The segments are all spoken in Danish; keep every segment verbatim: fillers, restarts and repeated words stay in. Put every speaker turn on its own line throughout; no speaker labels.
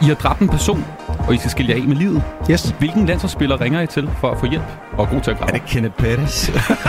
I har dræbt en person, og I skal skille jer af med livet.
Yes.
Hvilken landsholdsspiller ringer I til for at få hjælp og er god til at grave?
Er det Kenneth Pettis?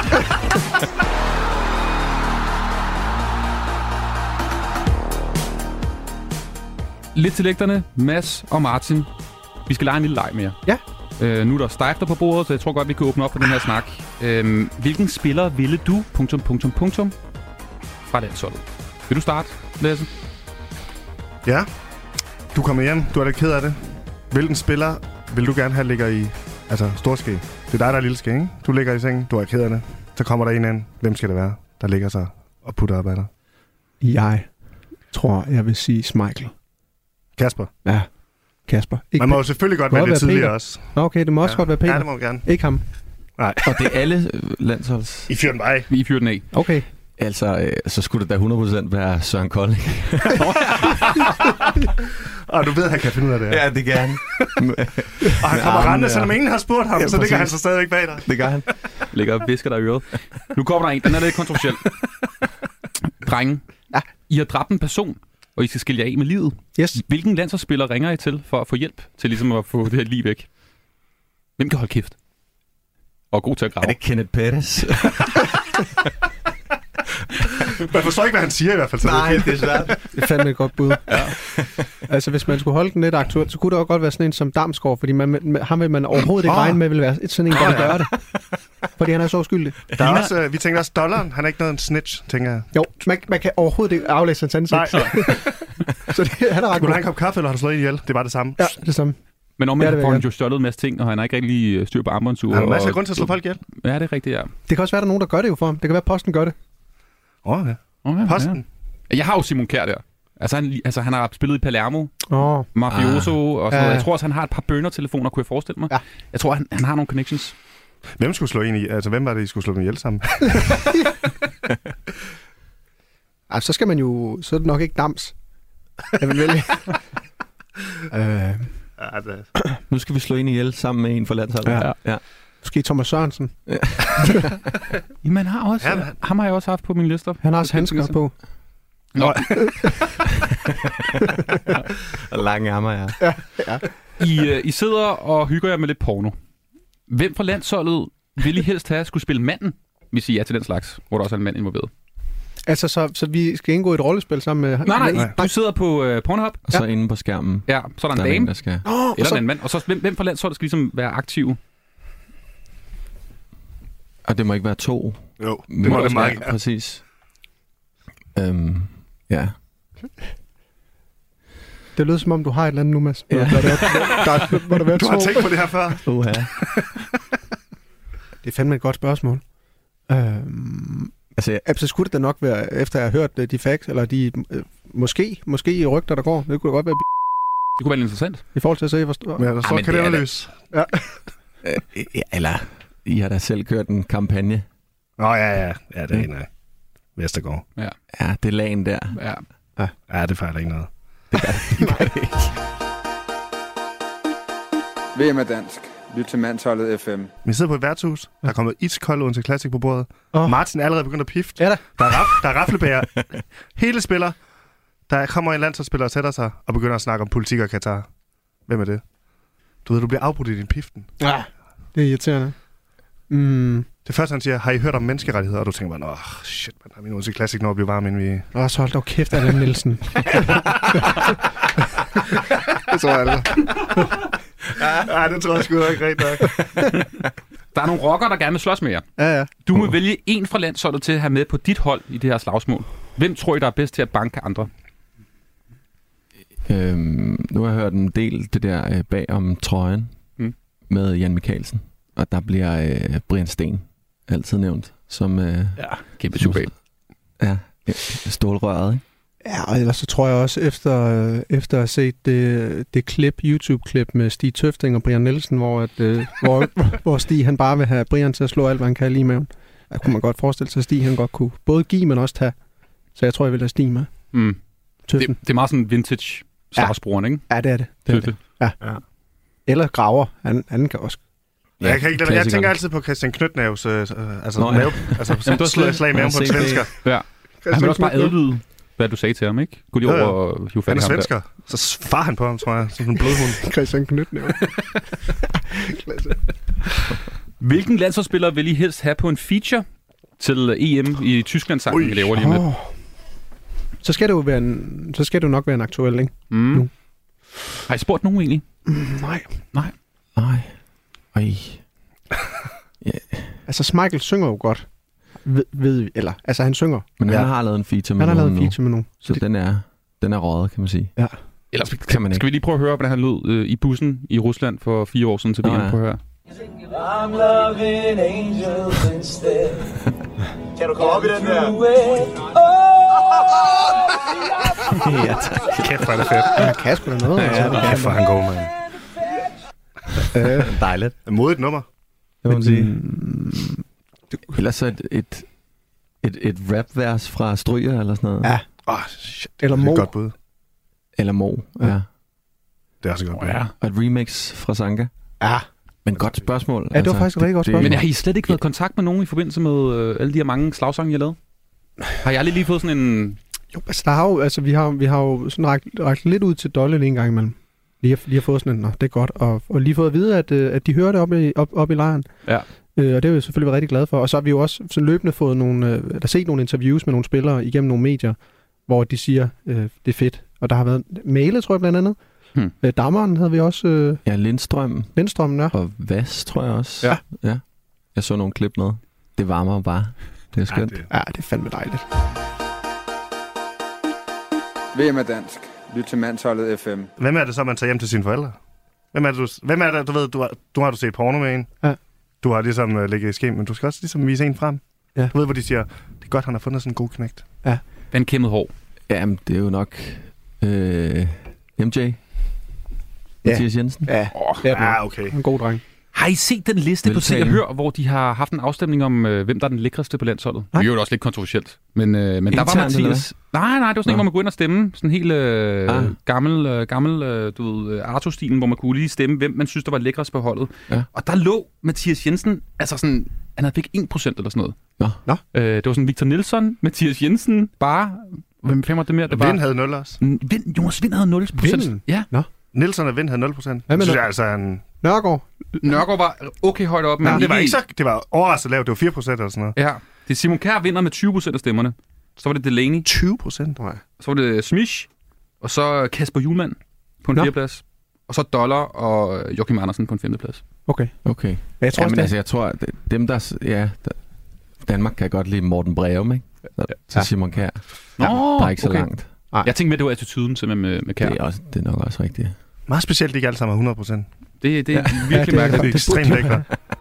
Lidt til lægterne, Mads og Martin. Vi skal lege en lille leg mere.
Ja.
Øh, nu er der stejfter på bordet, så jeg tror godt, vi kan åbne op for den her snak. Øh, hvilken spiller ville du, punktum, punktum, punktum, fra landsholdet? Vil du starte, Lasse?
Ja. Du kommer hjem. Du er lidt ked af det. Hvilken spiller vil du gerne have ligger i altså storske? Det er dig, der er lille ske, ikke? Du ligger i sengen. Du er ked af det. Så kommer der en ind. Hvem skal det være, der ligger sig og putter op af dig?
Jeg tror, jeg vil sige Schmeichel.
Kasper.
Ja, Kasper. Ikke
Man må jo selvfølgelig godt være lidt tidligere også.
Okay, det må også
ja.
godt være Peter.
Ja, det må vi gerne.
Ikke ham.
Nej.
Og det er alle landsholds...
I fyrer den mig.
Vi fyrer den af.
Okay.
Altså, øh, så skulle det da hundrede procent være Søren Kolding.
Og du ved, at han kan finde ud af det her.
Ja, det gør han.
Og han kommer rendende, selvom ingen har spurgt ham, ja, så ligger han så stadigvæk bag dig.
Det gør han.
Ligger og visker der i øret. Nu kommer der en, den er lidt kontroversiel. Drenge,
ja.
I har dræbt en person, og I skal skille jer af med livet.
Yes.
Hvilken landsholdsspiller ringer I til for at få hjælp til ligesom at få det her liv væk? Hvem kan holde kæft? Og er god til at grave.
Er det Kenneth Pettis?
Man forstår ikke, hvad han siger i hvert fald. Så
Nej, det er svært.
Det er fandme et godt bud. Ja. Altså, hvis man skulle holde den lidt aktuelt, så kunne det også godt være sådan en som Damsgaard, fordi man, ham vil man overhovedet ikke oh. regne med, vil være et sådan en, der vil gøre det. Fordi han er så uskyldig.
Der er også, uh, vi tænker også, dollaren, han er ikke noget en snitch, tænker jeg.
Jo, man, man kan overhovedet ikke aflæse hans ansigt. Nej. Så det, han er ret
Skulle han kop kaffe, eller har du slået en ihjel? Det var det samme.
Ja, det samme.
Men om man får han jo stjålet en masse ting, og han har ikke rigtig styr på armbåndsure.
Han har masser af grund til at slå folk ihjel.
Ja, det er rigtigt, ja.
Det kan også være, der er nogen, der gør det jo for ham. Det kan være, at Posten gør det.
Åh, oh, ja.
Okay,
Posten.
Ja. Jeg har jo Simon Kjær der. Altså han, altså, han har spillet i Palermo,
oh.
Mafioso ah. og sådan
ja.
noget. Jeg tror også, han har et par burner-telefoner, kunne jeg forestille mig.
Ja.
Jeg tror, han, han har nogle connections.
Hvem skulle slå en i? Altså, hvem var det, I skulle slå dem ihjel sammen?
altså, så skal man jo... Så er det nok ikke Dams. Jeg vil vælge. øh.
ja, det...
Nu skal vi slå en ihjel sammen med en for landsholdet.
Ja.
ja.
Måske Thomas Sørensen.
Ja.
Jamen, har også, ja, ham har jeg også haft på min liste.
Han har også handsker på.
Nå.
Og lange ærmer, ja.
ja, ja.
I, uh, I sidder og hygger jer med lidt porno. Hvem fra landsholdet vil I helst have skulle spille manden, hvis I er til den slags, hvor der også er en mand involveret?
Altså, så, så vi skal indgå i et rollespil sammen med...
Nej, nej, nej. Du sidder på uh, Pornhub.
Og så
ja.
inde på skærmen.
Ja, så er der en
der
dame.
En, der skal...
oh, eller så... en mand. Og så hvem, hvem fra landsholdet skal ligesom være aktiv?
Og det må ikke være to.
Jo, det må det meget.
Ja, præcis. Øhm, ja.
Det lyder som om, du har et eller andet nu, Mads.
Ja.
Der, der, der, der, der, der
du har tænkt på det her før.
Uh-huh.
Det er fandme et godt spørgsmål. Øhm, altså, ja. altså, skulle det da nok være, efter jeg har hørt de facts, eller de øh, måske, måske rygter, der går. Det kunne da godt være...
Det kunne være lidt interessant.
I forhold til at se, hvor stor...
Ja, der står kalenderløs.
Ja.
ja, eller... I har da selv kørt en kampagne.
Nå, ja, ja. Ja, det er en af Vestergaard.
Ja.
Ja, det er lagen der.
Ja.
Ja, ja det fejler ikke noget.
Det gør det, det, gør det ikke.
V M er dansk. Lyt til Mandsholdet F M.
Vi sidder på et værtshus. Der er kommet iskold Odense Classic på bordet. Oh. Martin er allerede begyndt at pifte.
Ja, da.
Der er, raf- der er raflebager. Hele spiller. Der kommer en landsholdsspiller og sætter sig og begynder at snakke om politik og Katar. Hvem er det? Du ved, du bliver afbrudt i din piften.
Ja, det er irriterende. Mm.
Det første, han siger, har I hørt om menneskerettigheder? Og du tænker bare, åh, oh, shit, man har min Odense Classic når at blive varm, inden vi...
Åh, så hold dog kæft af den Nielsen.
Det tror jeg, det ja, ja, det tror jeg sgu da ikke rigtig nok.
Der er nogle rockere, der gerne vil slås med jer.
Ja, ja.
Du må uh. vælge en fra landsholdet til at have med på dit hold i det her slagsmål. Hvem tror I, der er bedst til at banke andre?
Øhm, nu har jeg hørt en del det der øh, bag om trøjen mm. med Jan Mikkelsen. Og der bliver øh, Brian Sten altid nævnt som... Øh,
ja, kæmpe super.
Ja, stålrøret, ikke?
Ja, og ellers så tror jeg også, efter, øh, efter at have set det, det klip, YouTube-klip med Stig Tøfting og Brian Nielsen, hvor, at, øh, hvor, hvor Stig han bare vil have Brian til at slå alt, hvad han kan lige med. Der kunne man godt forestille sig, at Stig han godt kunne både give, men også tage. Så jeg tror, jeg vil have Stig med.
Mm. Det, det er meget sådan vintage slagsbroren,
ja.
ikke?
Ja, det er det. det, er det. Ja. Ja. Eller Graver. Han, han kan også.
Ja, jeg, kan ikke, jeg tænker altid på Christian Knytnævs, øh, altså, Nå, ja. mave, altså slag, slag i maven på en svensker.
Ja. Han vil også bare adlyde. hvad du sagde til ham, ikke? Gå lige over og hive fat
Han
i
er
ham
svensker. Der. Så far han på ham, tror jeg. Sådan en blodhund.
Christian Knytnæve.
Hvilken landsholdsspiller vil I helst have på en feature til E M i Tyskland-sangen, vi laver lige med?
Oh. Så skal det jo være en, så skal det jo nok være en aktuel, ikke?
Mm. Nu. Har I spurgt nogen egentlig?
Mm, nej.
Nej.
Nej. Ej.
Yeah. Altså, Schmeichel synger jo godt. Ved, ved, eller, altså, han synger.
Men
ja.
han har lavet en feature med
han
nogen
Han har lavet en feature med nogen.
Så, så det... den er, den er røget, kan man sige.
Ja.
Eller kan man ikke. Skal vi lige prøve at høre, hvordan han lød øh, i bussen i Rusland for fire år siden til V M?
Ja.
Prøv at høre.
I'm loving angels instead.
Kan du komme op i den der?
Ja, tak. Kæft, hvor er det fedt.
Han kan sgu da noget.
Ja, ja, det kan for han god, mand.
Øh, dejligt.
Modigt nummer.
Det må man sige. Ellers så et, et, et, et rap-vers fra Stryger eller sådan noget.
Ja.
Åh, oh, shit.
Eller
Mo.
Mo.
Det er godt bud.
Eller Mo, ja. ja.
Det er også godt bud.
Ja.
Og et remix fra Sanka.
Ja.
Men godt spørgsmål.
Ja, det var altså, faktisk et rigtig godt spørgsmål.
Men har I slet ikke været i kontakt med nogen i forbindelse med øh, alle de her mange slagsange, I har lavet? Har jeg aldrig lige fået sådan en...
Jo, altså, der har jo, altså vi har, vi har jo sådan rækket, rækket lidt ud til Dolle lige en gang imellem. Lige har, lige har fået sådan en, nå, det er godt. Og, og lige fået at vide, at, at de hører det op i, op, op i lejren.
Ja.
Øh, og det er vi selvfølgelig været rigtig glade for. Og så har vi jo også sådan løbende fået nogle, øh, der set nogle interviews med nogle spillere igennem nogle medier, hvor de siger, øh, det er fedt. Og der har været Mæle, tror jeg blandt andet. Hmm. Øh, Dammeren havde vi også. Øh,
ja, Lindstrøm.
Lindstrøm, ja.
Og Vas, tror jeg også.
Ja.
ja. Jeg så nogle klip med. Det varmer jo bare. Det er skønt.
Ja, det, ja, det er fandme dejligt.
V M er dansk. Lyt til Mandsholdet F M.
Hvem er det så, man tager hjem til sine forældre? Hvem er det, du, hvem er det, du ved, du har, du har du set porno med en?
Ja.
Du har ligesom uh, ligget i skem, men du skal også ligesom vise en frem.
Ja.
Du ved, hvor de siger, det er godt, han har fundet sådan en god knægt.
Ja.
Vandkæmmet hår.
Jamen, det er jo nok øh, M J. Mathias Jensen.
Ja,
oh,
ja, okay.
En god dreng.
Har I set den liste på Se og Hør, hvor de har haft en afstemning om, øh, hvem der er den lækreste på landsholdet? Nej. Det er jo også lidt kontroversielt. Men, øh, men der var Mathias... Nej, nej, det var sådan en, hvor man kunne ind og stemme. Sådan helt øh, ah. gammel, øh, gammel øh, du ved, Arto-stilen, hvor man kunne lige stemme, hvem man synes, der var lækrest på holdet. Ja. Og der lå Mathias Jensen, altså sådan... Han havde fik en procent eller sådan noget.
Nå.
Nå. Øh, det var sådan Victor Nilsson, Mathias Jensen, bare... Hvem fem var det mere? Det var...
Vind havde nul også.
Vind, Jonas Vind havde nul procent.
Vind?
Ja.
Nå.
Nielsen og Vind havde nul procent.
Hvad med
synes jeg altså en...
Nørgaard?
Nørgaard var okay højt op. Men
Jamen, det var ikke så... Det var overraskende lavt. Det var fire procent eller sådan noget.
Ja. Det er Simon Kjær vinder med tyve procent af stemmerne. Så var det Delaney.
tyve procent? Nej.
Så var det Smish. Og så Kasper Hjulmand på en fjerdeplads. Og så Dollar og Joachim Andersen på en femteplads.
Okay.
Okay.
Jeg tror,
Jamen, altså, jeg tror, at dem der... Ja, der, Danmark kan godt lide Morten Breum, ikke? Så, ja. Så Simon Kjær.
Nå,
ja, der er ikke så
okay.
langt.
Ej. Jeg tænkte med, det var attituden simpelthen med, med Kjær.
Det er, også, det er nok også rigtigt.
Meget specielt, de ikke alle sammen har hundrede procent.
Det, det er
ja.
virkelig
ja,
mærkeligt.
Det er ekstremt lækkert.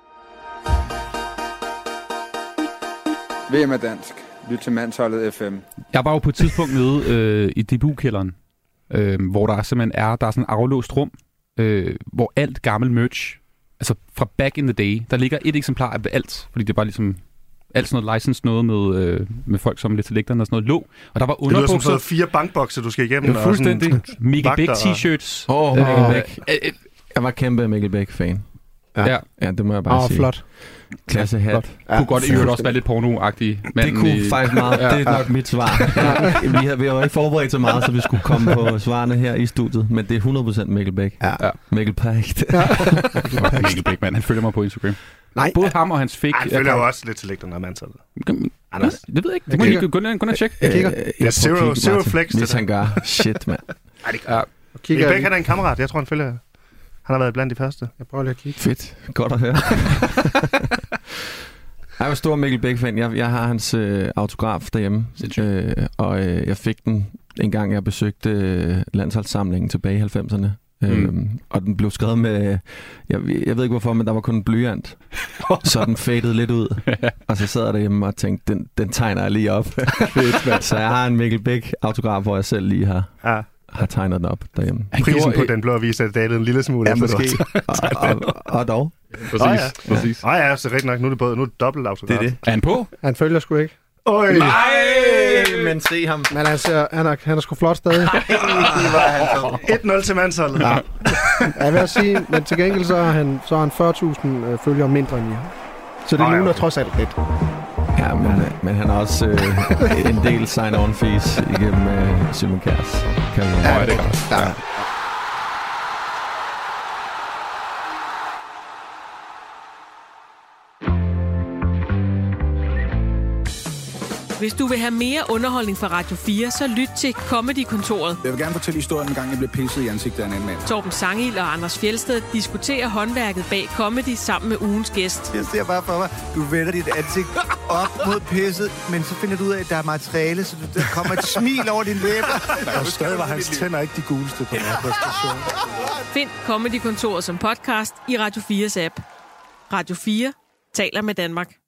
V M er dansk. Lyt til Mandsholdet F M.
Jeg var jo på et tidspunkt nede øh, i debutkælderen, øh, hvor der simpelthen er, der er sådan en aflåst rum, øh, hvor alt gammel merch, altså fra back in the day, der ligger et eksemplar af alt, fordi det er bare ligesom alt sådan noget license noget med, øh, med folk som lidt til lægterne og sådan noget lå. Og der var underbukser.
Det lyder som fire bankbokse, du skal igennem.
Det var fuldstændig. Mikkel Bæk t-shirts.
Åh, oh, Mikkel Bæk. Jeg var kæmpe Mikkel Bæk-fan.
Ja. ja.
Ja, det må jeg bare
oh,
sige.
Flot.
Klasse hat.
Ja, kunne godt i øvrigt også være lidt porno-agtig.
Det kunne i... faktisk meget. Ja. Det er nok mit svar. Ja, vi har, vi har ikke forberedt så meget, så vi skulle komme på svarene her i studiet. Men det er hundrede procent Mikkel Bæk.
Ja.
Mikkel Bæk.
Ja. Mikkel Bæk, mand. Han følger mig på Instagram.
Nej.
Både ham og hans fake...
Han følger jo også lidt til lægterne af mandsholdet.
Anders? Det ved jeg ikke. Det må lige gå ind og tjekke.
Jeg kigger.
Ja, zero, zero flex.
Hvis han gør. Shit, mand.
Nej, det gør. Mikkel Bæk, han er en kammerat. Jeg tror, han følger... Han har været blandt de første.
Jeg prøver lige at kigge.
Fedt. Godt at høre. Jeg var stor Mikkel Bæk-fan. Jeg, jeg har hans øh, autograf derhjemme. Øh, og øh, jeg fik den en gang, jeg besøgte øh, landsholdssamlingen tilbage i halvfemserne. Mm. Øhm, og den blev skrevet med... Jeg, jeg ved ikke hvorfor, men der var kun en blyant. Så den fadede lidt ud. Og så sad jeg derhjemme og tænkte, den, den tegner jeg lige op. Fedt, så jeg har en Mikkel Bæk-autograf, hvor jeg selv lige har... Ja. har tegnet den op derhjemme.
Prisen gjorde, på den blå avis er dalet en lille smule.
Ja, måske. og, og, og dog.
Præcis.
Oh, ja. Præcis. Ja. Oh, ja, så rigtig nok. Nu er det, både, nu er det dobbelt autograf.
Det er det. Er han på?
Han følger sgu ikke.
Oj.
Nej, men se ham.
Men han, ser, han, er, han er sgu flot stadig.
et nul til mandsholdet.
Ja. Jeg vil sige, men til gengæld så har han, så har han fyrre tusind øh, følgere mindre end I. Så det oh, ligner ja, okay. trods alt lidt.
Ja, Ja, men, men han har også øh, en del sign-on fees igennem øh, Simon Kjærs karriere.
Ja, det er godt. Ja.
Hvis du vil have mere underholdning fra Radio fire, så lyt til Comedy-kontoret.
Jeg vil gerne fortælle historien, en gang jeg blev pisset i ansigtet af en anden mand.
Torben Sangil og Anders Fjeldsted diskuterer håndværket bag comedy sammen med ugens gæst.
Jeg ser bare for mig, du vender dit ansigt op mod pisset, men så finder du ud af, at der er materiale, så der kommer et smil over din læber.
Og stadig var hans tænder ikke de guleste på den her præstation.
Find Comedy-kontoret som podcast i Radio fires app. Radio fire taler med Danmark.